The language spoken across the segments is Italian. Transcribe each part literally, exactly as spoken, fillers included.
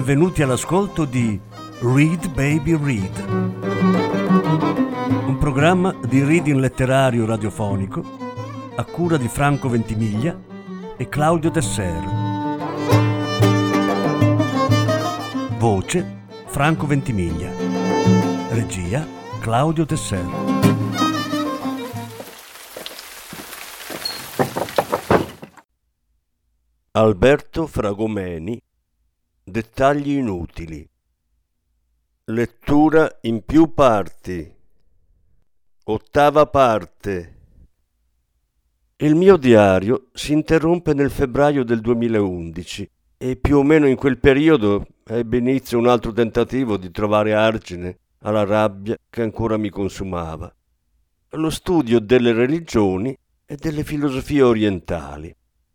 benvenuti all'ascolto di Read Baby Read, un programma di reading letterario radiofonico a cura di Franco Ventimiglia e Claudio Desser. Voce Franco Ventimiglia. Regia Claudio Desser. Alberto Fragomeni. Dettagli inutili. Lettura in più parti. Ottava parte. Il mio diario si interrompe nel febbraio del duemilaundici e più o meno in quel periodo ebbe inizio un altro tentativo di trovare argine alla rabbia che ancora mi consumava. Lo studio delle religioni e delle filosofie orientali.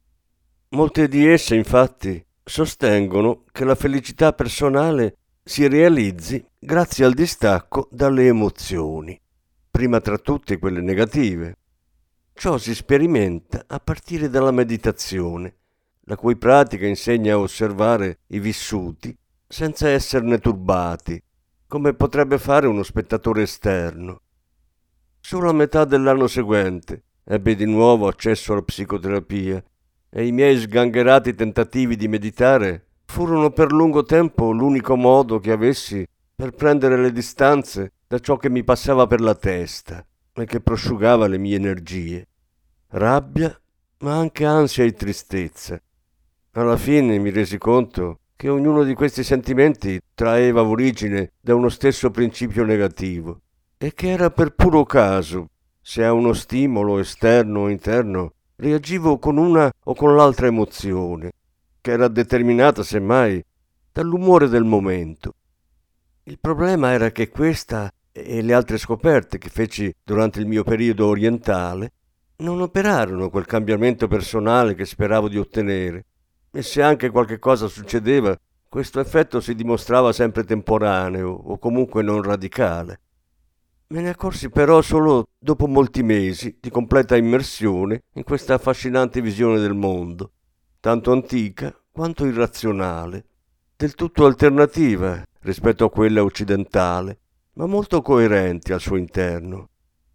Molte di esse, infatti, sostengono che la felicità personale si realizzi grazie al distacco dalle emozioni, prima tra tutte quelle negative. Ciò si sperimenta a partire dalla meditazione, la cui pratica insegna a osservare i vissuti senza esserne turbati, come potrebbe fare uno spettatore esterno. Solo a metà dell'anno seguente ebbe di nuovo accesso alla psicoterapia e i miei sgangherati tentativi di meditare furono per lungo tempo l'unico modo che avessi per prendere le distanze da ciò che mi passava per la testa e che prosciugava le mie energie. Rabbia, ma anche ansia e tristezza. Alla fine mi resi conto che ognuno di questi sentimenti traeva origine da uno stesso principio negativo e che era per puro caso se a uno stimolo esterno o interno reagivo con una o con l'altra emozione, che era determinata semmai dall'umore del momento. Il problema era che questa e le altre scoperte che feci durante il mio periodo orientale non operarono quel cambiamento personale che speravo di ottenere, e se anche qualche cosa succedeva, questo effetto si dimostrava sempre temporaneo o comunque non radicale. Me ne accorsi però solo dopo molti mesi di completa immersione in questa affascinante visione del mondo, tanto antica quanto irrazionale, del tutto alternativa rispetto a quella occidentale, ma molto coerente al suo interno.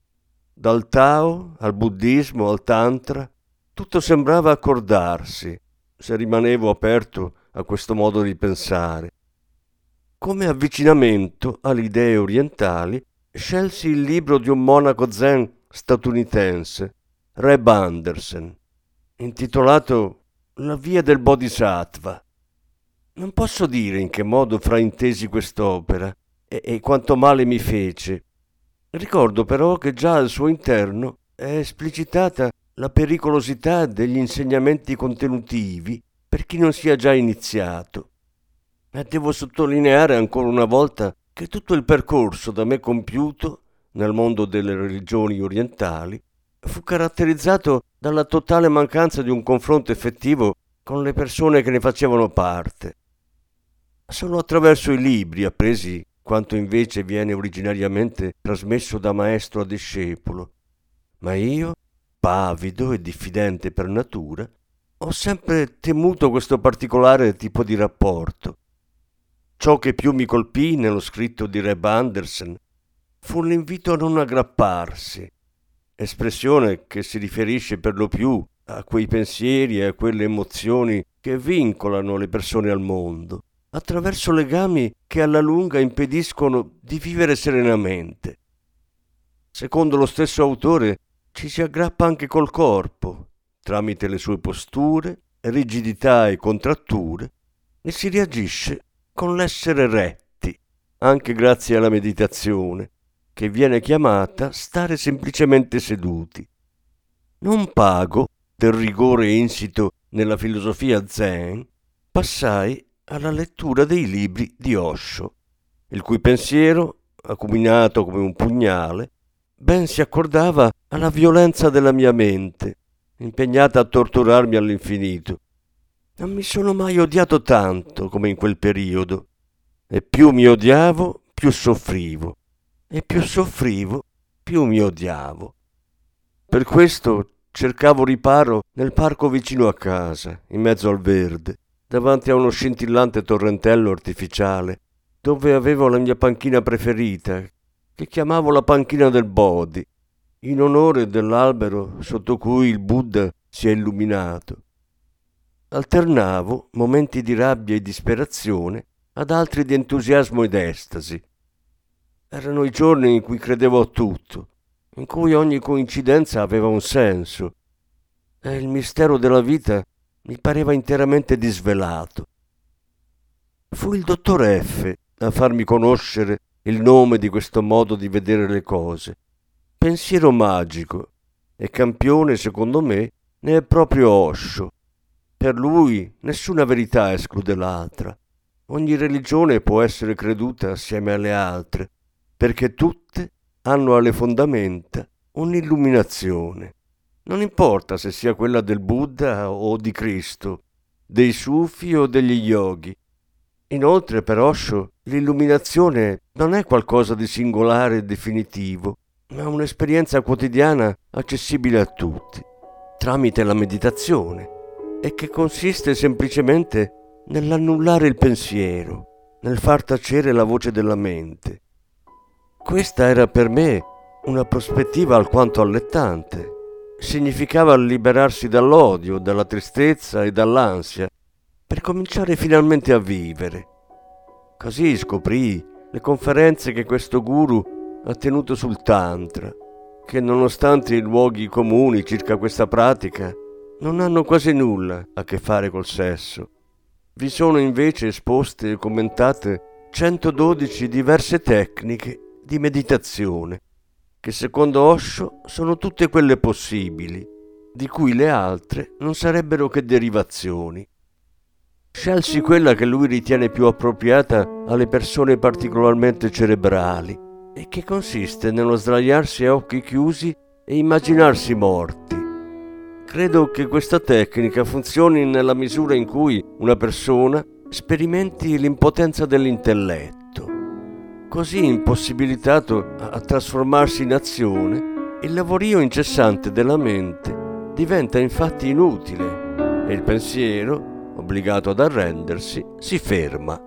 Dal Tao al buddismo al Tantra, tutto sembrava accordarsi, se rimanevo aperto a questo modo di pensare. Come avvicinamento alle idee orientali, scelsi il libro di un monaco zen statunitense, Reb Anderson, intitolato La via del Bodhisattva. Non posso dire in che modo fraintesi quest'opera e, e quanto male mi fece. Ricordo però che già al suo interno è esplicitata la pericolosità degli insegnamenti contenutivi per chi non sia già iniziato. E devo sottolineare ancora una volta che tutto il percorso da me compiuto nel mondo delle religioni orientali fu caratterizzato dalla totale mancanza di un confronto effettivo con le persone che ne facevano parte. Solo attraverso i libri appresi quanto invece viene originariamente trasmesso da maestro a discepolo, ma io, pavido e diffidente per natura, ho sempre temuto questo particolare tipo di rapporto. Ciò che più mi colpì nello scritto di Reb Anderson fu l'invito a non aggrapparsi, espressione che si riferisce per lo più a quei pensieri e a quelle emozioni che vincolano le persone al mondo, attraverso legami che alla lunga impediscono di vivere serenamente. Secondo lo stesso autore, ci si aggrappa anche col corpo, tramite le sue posture, rigidità e contratture, e si reagisce con l'essere retti, anche grazie alla meditazione, che viene chiamata stare semplicemente seduti. Non pago del rigore insito nella filosofia zen, passai alla lettura dei libri di Osho, il cui pensiero, acuminato come un pugnale, ben si accordava alla violenza della mia mente, impegnata a torturarmi all'infinito. Non mi sono mai odiato tanto come in quel periodo, e più mi odiavo, più soffrivo, e più soffrivo, più mi odiavo. Per questo cercavo riparo nel parco vicino a casa, in mezzo al verde, davanti a uno scintillante torrentello artificiale, dove avevo la mia panchina preferita, che chiamavo la panchina del Bodhi, in onore dell'albero sotto cui il Buddha si è illuminato. Alternavo momenti di rabbia e disperazione ad altri di entusiasmo ed estasi. Erano i giorni in cui credevo a tutto, in cui ogni coincidenza aveva un senso, e il mistero della vita mi pareva interamente disvelato. Fu il dottor F a farmi conoscere il nome di questo modo di vedere le cose. Pensiero magico, e campione, secondo me, ne è proprio Osho. Per lui nessuna verità esclude l'altra. Ogni religione può essere creduta assieme alle altre, perché tutte hanno alle fondamenta un'illuminazione. Non importa se sia quella del Buddha o di Cristo, dei Sufi o degli yogi. Inoltre, per Osho, l'illuminazione non è qualcosa di singolare e definitivo, ma un'esperienza quotidiana accessibile a tutti, tramite la meditazione, e che consiste semplicemente nell'annullare il pensiero, nel far tacere la voce della mente. Questa era per me una prospettiva alquanto allettante. Significava liberarsi dall'odio, dalla tristezza e dall'ansia, per cominciare finalmente a vivere. Così scoprii le conferenze che questo guru ha tenuto sul Tantra, che nonostante i luoghi comuni circa questa pratica, non hanno quasi nulla a che fare col sesso. Vi sono invece esposte e commentate centododici diverse tecniche di meditazione, che secondo Osho sono tutte quelle possibili, di cui le altre non sarebbero che derivazioni. Scelsi quella che lui ritiene più appropriata alle persone particolarmente cerebrali e che consiste nello sdraiarsi a occhi chiusi e immaginarsi morti. Credo che questa tecnica funzioni nella misura in cui una persona sperimenti l'impotenza dell'intelletto. Così impossibilitato a trasformarsi in azione, il lavorio incessante della mente diventa infatti inutile e il pensiero, obbligato ad arrendersi, si ferma.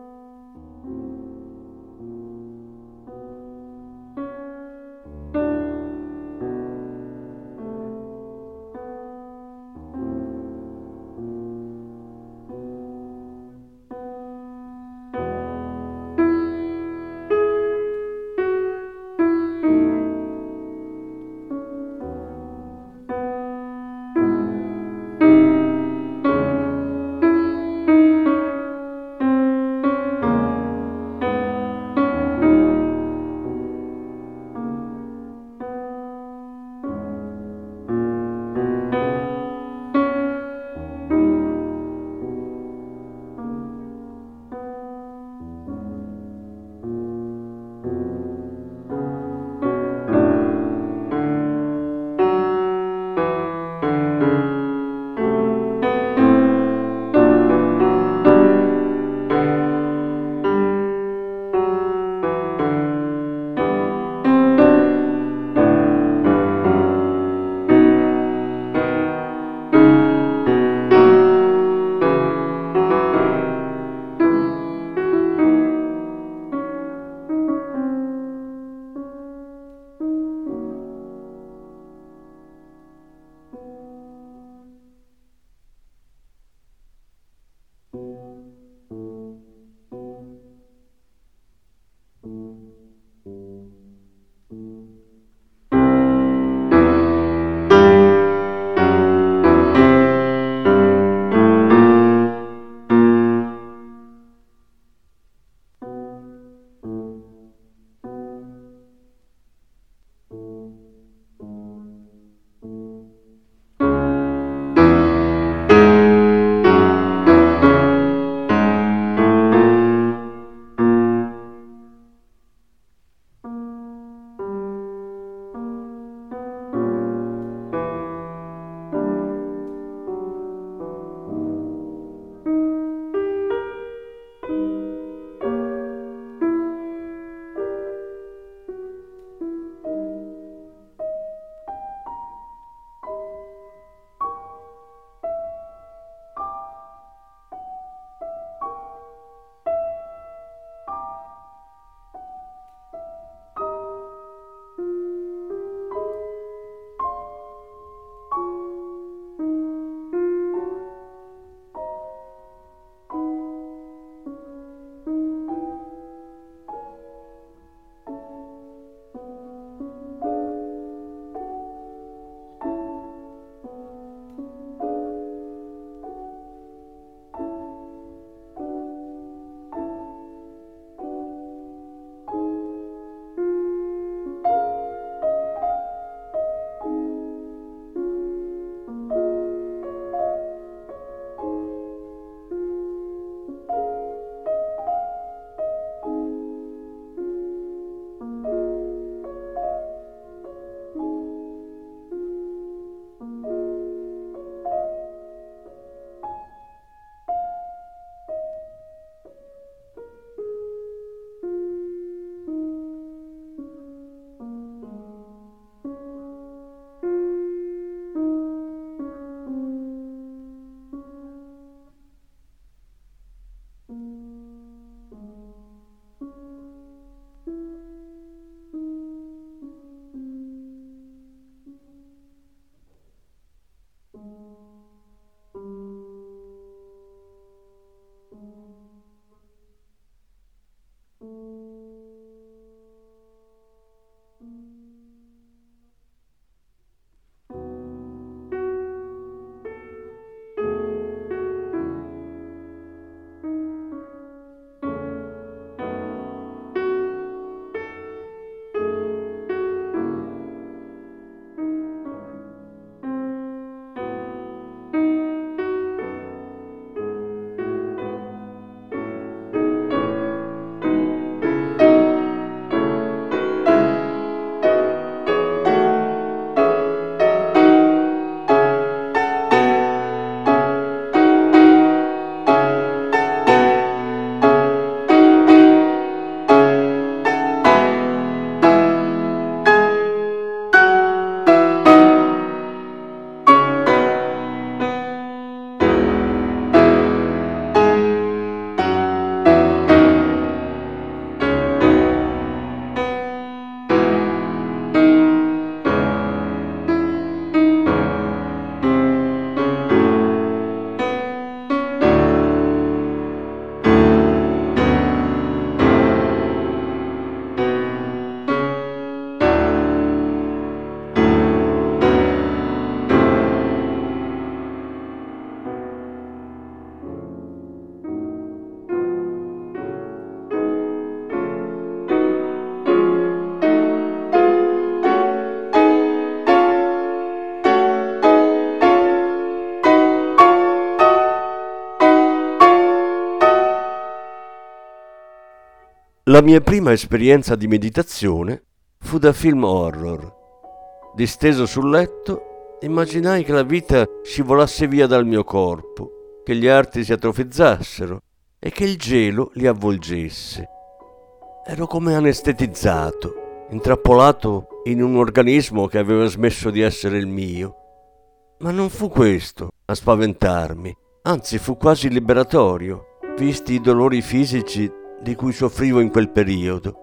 La mia prima esperienza di meditazione fu da film horror. Disteso sul letto, immaginai che la vita scivolasse via dal mio corpo, che gli arti si atrofizzassero e che il gelo li avvolgesse. Ero come anestetizzato, intrappolato in un organismo che aveva smesso di essere il mio. Ma non fu questo a spaventarmi, anzi fu quasi liberatorio, visti i dolori fisici di cui soffrivo in quel periodo.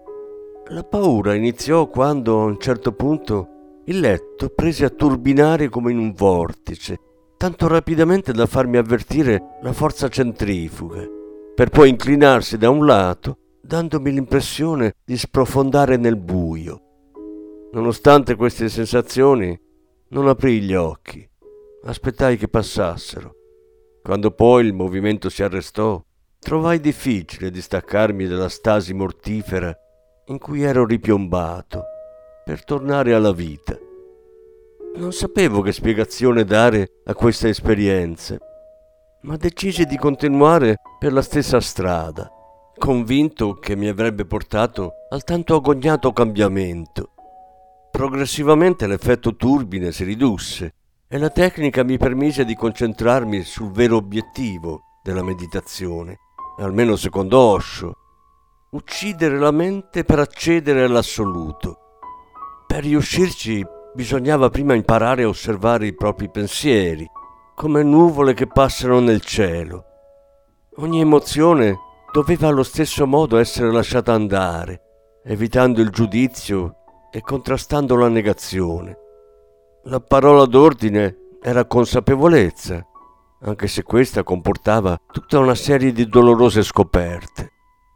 La paura iniziò quando, a un certo punto, il letto prese a turbinare come in un vortice, tanto rapidamente da farmi avvertire la forza centrifuga, per poi inclinarsi da un lato, dandomi l'impressione di sprofondare nel buio. Nonostante queste sensazioni, non aprii gli occhi. Aspettai che passassero. Quando poi il movimento si arrestò, trovai difficile distaccarmi dalla stasi mortifera in cui ero ripiombato per tornare alla vita. Non sapevo che spiegazione dare a questa esperienza, ma decisi di continuare per la stessa strada, convinto che mi avrebbe portato al tanto agognato cambiamento. Progressivamente l'effetto turbine si ridusse e la tecnica mi permise di concentrarmi sul vero obiettivo della meditazione, almeno secondo Osho: uccidere la mente per accedere all'assoluto. Per riuscirci bisognava prima imparare a osservare i propri pensieri, come nuvole che passano nel cielo. Ogni emozione doveva allo stesso modo essere lasciata andare, evitando il giudizio e contrastando la negazione. La parola d'ordine era consapevolezza, anche se questa comportava tutta una serie di dolorose scoperte.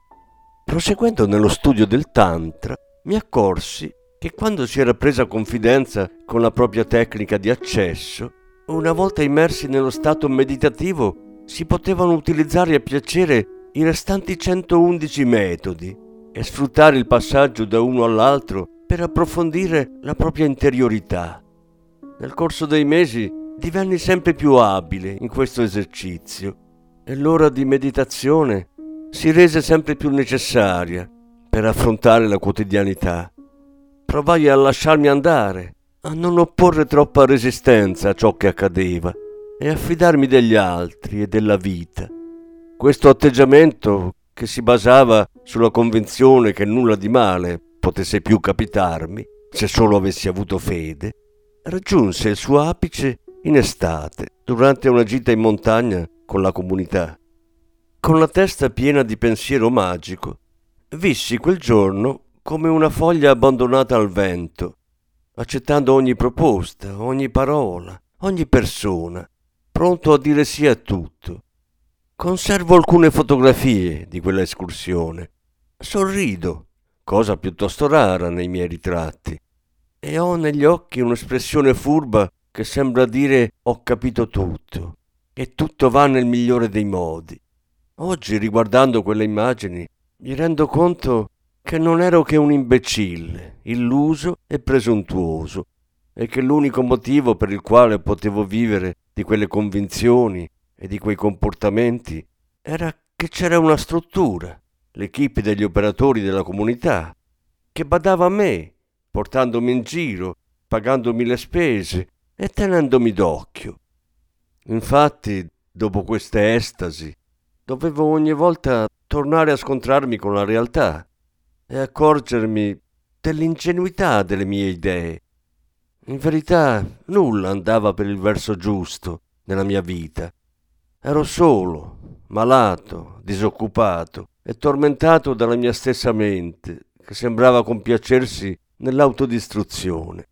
Proseguendo nello studio del Tantra, mi accorsi che quando si era presa confidenza con la propria tecnica di accesso, una volta immersi nello stato meditativo, si potevano utilizzare a piacere i restanti centoundici metodi e sfruttare il passaggio da uno all'altro per approfondire la propria interiorità. Nel corso dei mesi divenni sempre più abile in questo esercizio e l'ora di meditazione si rese sempre più necessaria per affrontare la quotidianità. Provai a lasciarmi andare, a non opporre troppa resistenza a ciò che accadeva e a fidarmi degli altri e della vita. Questo atteggiamento, che si basava sulla convinzione che nulla di male potesse più capitarmi se solo avessi avuto fede, raggiunse il suo apice in estate, durante una gita in montagna con la comunità. Con la testa piena di pensiero magico, vissi quel giorno come una foglia abbandonata al vento, accettando ogni proposta, ogni parola, ogni persona, pronto a dire sì a tutto. Conservo alcune fotografie di quella escursione. Sorrido, cosa piuttosto rara nei miei ritratti, e ho negli occhi un'espressione furba che sembra dire ho capito tutto, e tutto va nel migliore dei modi. Oggi, riguardando quelle immagini, mi rendo conto che non ero che un imbecille, illuso e presuntuoso, e che l'unico motivo per il quale potevo vivere di quelle convinzioni e di quei comportamenti era che c'era una struttura, l'equipe degli operatori della comunità, che badava a me, portandomi in giro, pagandomi le spese e tenendomi d'occhio. Infatti, dopo queste estasi, dovevo ogni volta tornare a scontrarmi con la realtà e accorgermi dell'ingenuità delle mie idee. In verità, nulla andava per il verso giusto nella mia vita. Ero solo, malato, disoccupato e tormentato dalla mia stessa mente, che sembrava compiacersi nell'autodistruzione.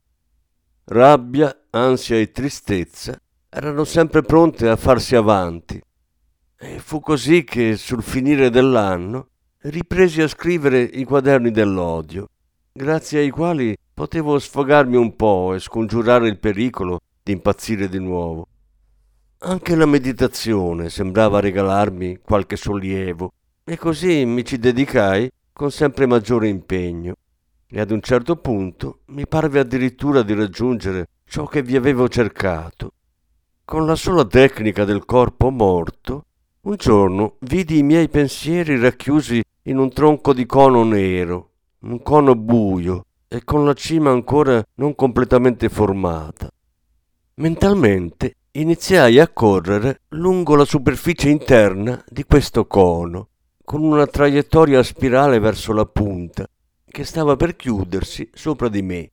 Rabbia, ansia e tristezza erano sempre pronte a farsi avanti. E fu così che, sul finire dell'anno, ripresi a scrivere i quaderni dell'odio, grazie ai quali potevo sfogarmi un po' e scongiurare il pericolo di impazzire di nuovo. Anche la meditazione sembrava regalarmi qualche sollievo, e così mi ci dedicai con sempre maggiore impegno, e ad un certo punto mi parve addirittura di raggiungere ciò che vi avevo cercato. Con la sola tecnica del corpo morto, un giorno vidi i miei pensieri racchiusi in un tronco di cono nero, un cono buio e con la cima ancora non completamente formata. Mentalmente iniziai a correre lungo la superficie interna di questo cono, con una traiettoria a spirale verso la punta, che stava per chiudersi sopra di me.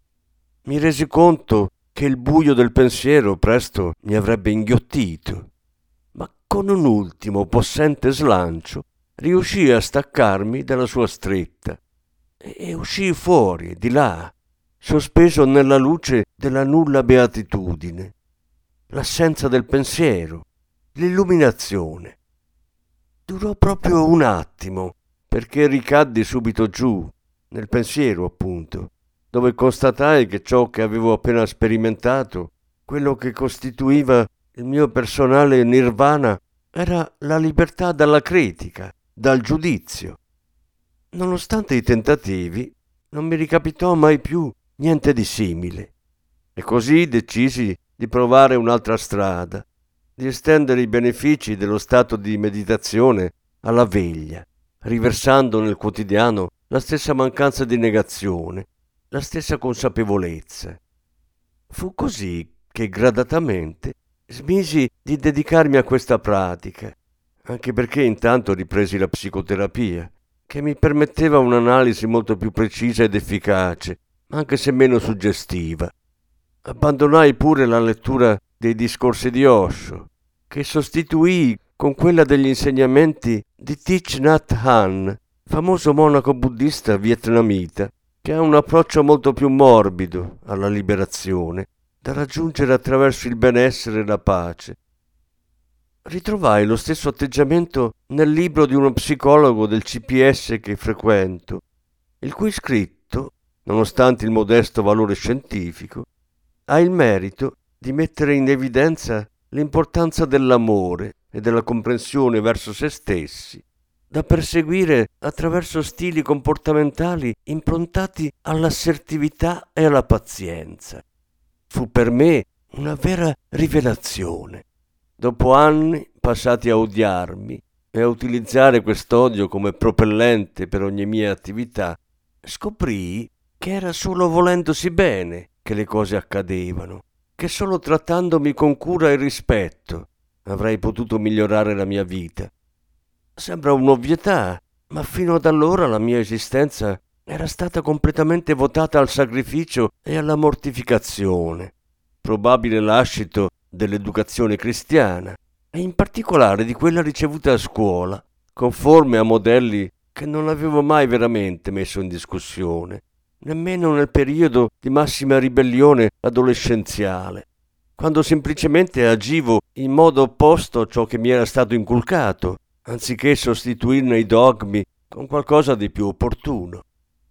Mi resi conto che il buio del pensiero presto mi avrebbe inghiottito, ma con un ultimo possente slancio riuscii a staccarmi dalla sua stretta e uscii fuori, di là, sospeso nella luce della nulla beatitudine, l'assenza del pensiero, l'illuminazione. Durò proprio un attimo, perché ricaddi subito giù, nel pensiero appunto, dove constatai che ciò che avevo appena sperimentato, quello che costituiva il mio personale nirvana, era la libertà dalla critica, dal giudizio. Nonostante i tentativi, non mi ricapitò mai più niente di simile. E così decisi di provare un'altra strada, di estendere i benefici dello stato di meditazione alla veglia, riversando nel quotidiano la stessa mancanza di negazione, la stessa consapevolezza. Fu così che gradatamente smisi di dedicarmi a questa pratica, anche perché intanto ripresi la psicoterapia, che mi permetteva un'analisi molto più precisa ed efficace, anche se meno suggestiva. Abbandonai pure la lettura dei discorsi di Osho, che sostituii con quella degli insegnamenti di Thich Nhat Hanh, famoso monaco buddista vietnamita, che ha un approccio molto più morbido alla liberazione, da raggiungere attraverso il benessere e la pace. Ritrovai lo stesso atteggiamento nel libro di uno psicologo del C P S che frequento, il cui scritto, nonostante il modesto valore scientifico, ha il merito di mettere in evidenza l'importanza dell'amore e della comprensione verso se stessi, da perseguire attraverso stili comportamentali improntati all'assertività e alla pazienza. Fu per me una vera rivelazione. Dopo anni passati a odiarmi e a utilizzare quest'odio come propellente per ogni mia attività, scoprii che era solo volendosi bene che le cose accadevano, che solo trattandomi con cura e rispetto avrei potuto migliorare la mia vita. Sembra un'ovvietà, ma fino ad allora la mia esistenza era stata completamente votata al sacrificio e alla mortificazione, probabile lascito dell'educazione cristiana, e in particolare di quella ricevuta a scuola, conforme a modelli che non avevo mai veramente messo in discussione, nemmeno nel periodo di massima ribellione adolescenziale, quando semplicemente agivo in modo opposto a ciò che mi era stato inculcato, anziché sostituirne i dogmi con qualcosa di più opportuno.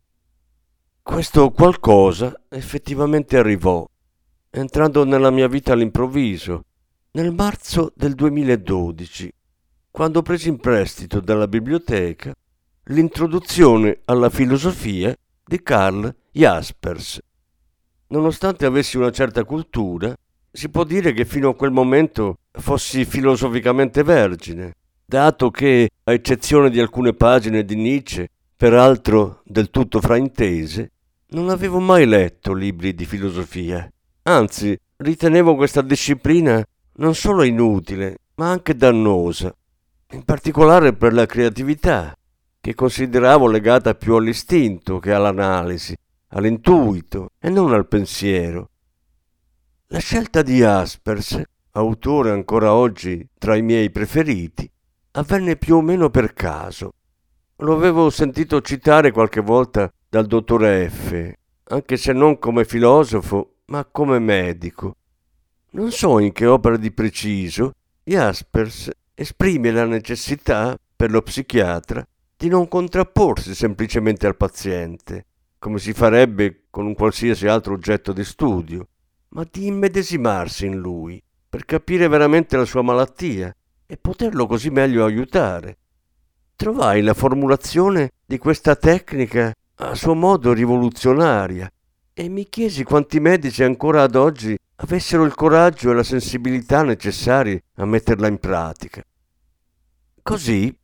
Questo qualcosa effettivamente arrivò, entrando nella mia vita all'improvviso, nel marzo del duemiladodici, quando presi in prestito dalla biblioteca l'introduzione alla filosofia di Karl Jaspers. Nonostante avessi una certa cultura, si può dire che fino a quel momento fossi filosoficamente vergine, dato che, a eccezione di alcune pagine di Nietzsche, peraltro del tutto fraintese, non avevo mai letto libri di filosofia. Anzi, ritenevo questa disciplina non solo inutile, ma anche dannosa, in particolare per la creatività, che consideravo legata più all'istinto che all'analisi, all'intuito e non al pensiero. La scelta di Jaspers, autore ancora oggi tra i miei preferiti, avvenne più o meno per caso. Lo avevo sentito citare qualche volta dal dottor F, anche se non come filosofo, ma come medico. Non so in che opera di preciso Jaspers esprime la necessità, per lo psichiatra, di non contrapporsi semplicemente al paziente, come si farebbe con un qualsiasi altro oggetto di studio, ma di immedesimarsi in lui, per capire veramente la sua malattia e poterlo così meglio aiutare. Trovai la formulazione di questa tecnica a suo modo rivoluzionaria e mi chiesi quanti medici ancora ad oggi avessero il coraggio e la sensibilità necessari a metterla in pratica. Così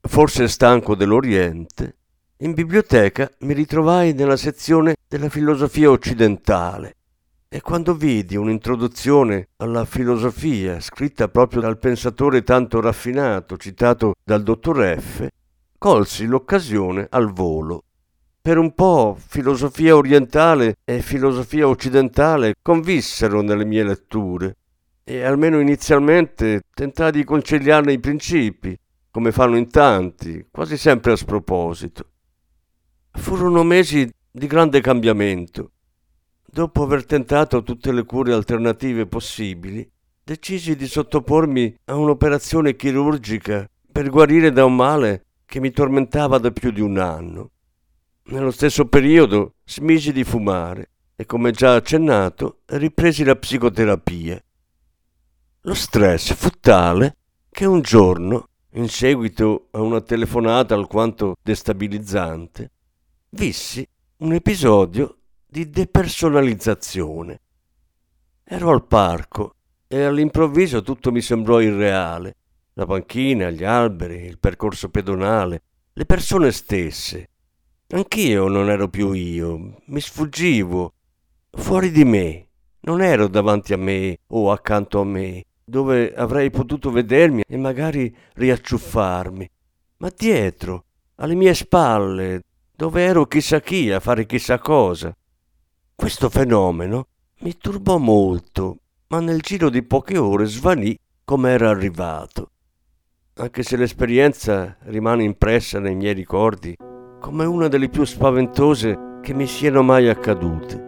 forse stanco dell'Oriente, in biblioteca mi ritrovai nella sezione della filosofia occidentale e quando vidi un'introduzione alla filosofia scritta proprio dal pensatore tanto raffinato citato dal dottor F, colsi l'occasione al volo. Per un po' filosofia orientale e filosofia occidentale convissero nelle mie letture e almeno inizialmente tentai di conciliarne i principi, come fanno in tanti, quasi sempre a sproposito. Furono mesi di grande cambiamento. Dopo aver tentato tutte le cure alternative possibili, decisi di sottopormi a un'operazione chirurgica per guarire da un male che mi tormentava da più di un anno. Nello stesso periodo smisi di fumare e, come già accennato, ripresi la psicoterapia. Lo stress fu tale che un giorno, in seguito a una telefonata alquanto destabilizzante, vissi un episodio di depersonalizzazione. Ero al parco e all'improvviso tutto mi sembrò irreale. La panchina, gli alberi, il percorso pedonale, le persone stesse. Anch'io non ero più io, mi sfuggivo, fuori di me. Non ero davanti a me o accanto a me, dove avrei potuto vedermi e magari riacciuffarmi, ma dietro, alle mie spalle, dove ero chissà chi a fare chissà cosa. Questo fenomeno mi turbò molto, ma nel giro di poche ore svanì come era arrivato, anche se l'esperienza rimane impressa nei miei ricordi come una delle più spaventose che mi siano mai accadute.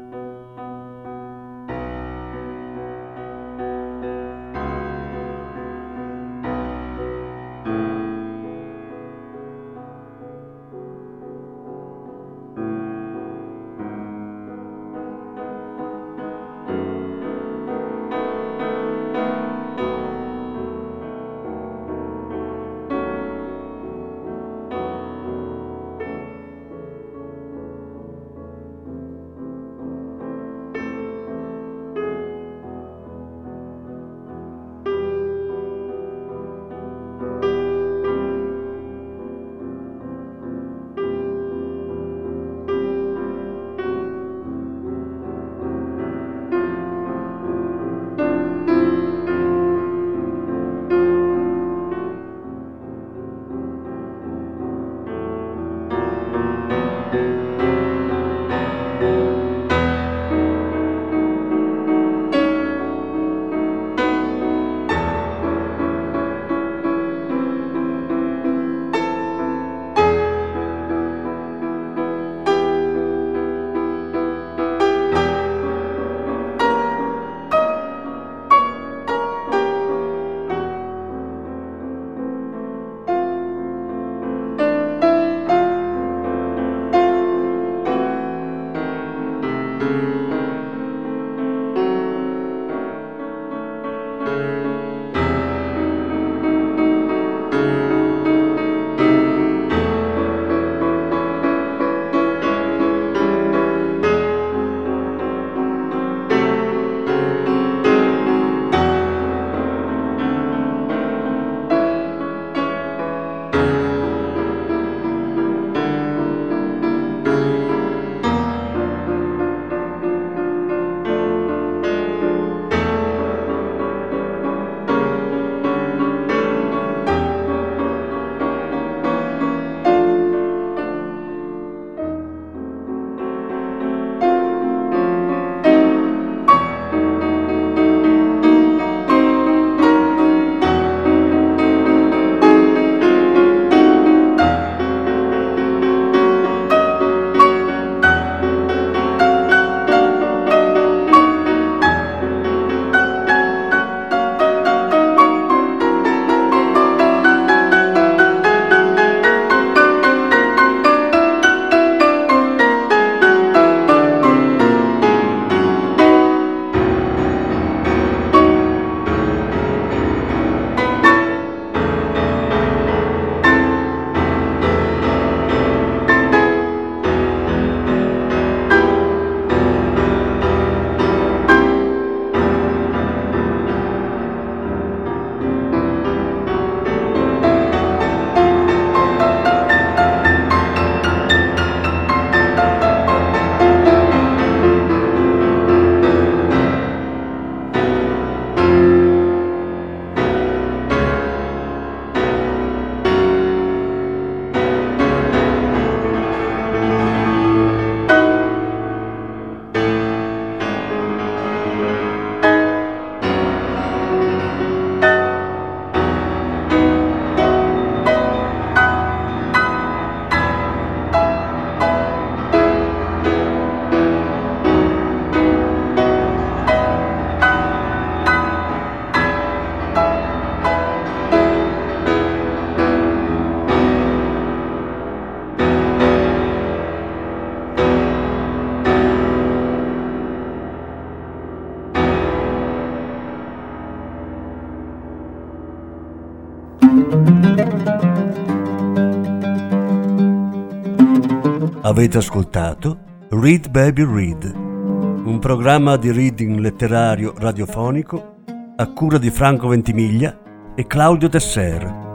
Avete ascoltato Read Baby Read, un programma di reading letterario radiofonico a cura di Franco Ventimiglia e Claudio Tesser.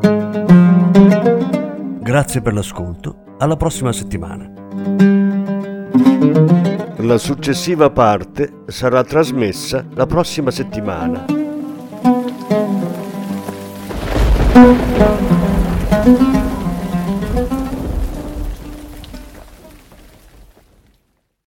Grazie per l'ascolto, alla prossima settimana. La successiva parte sarà trasmessa la prossima settimana.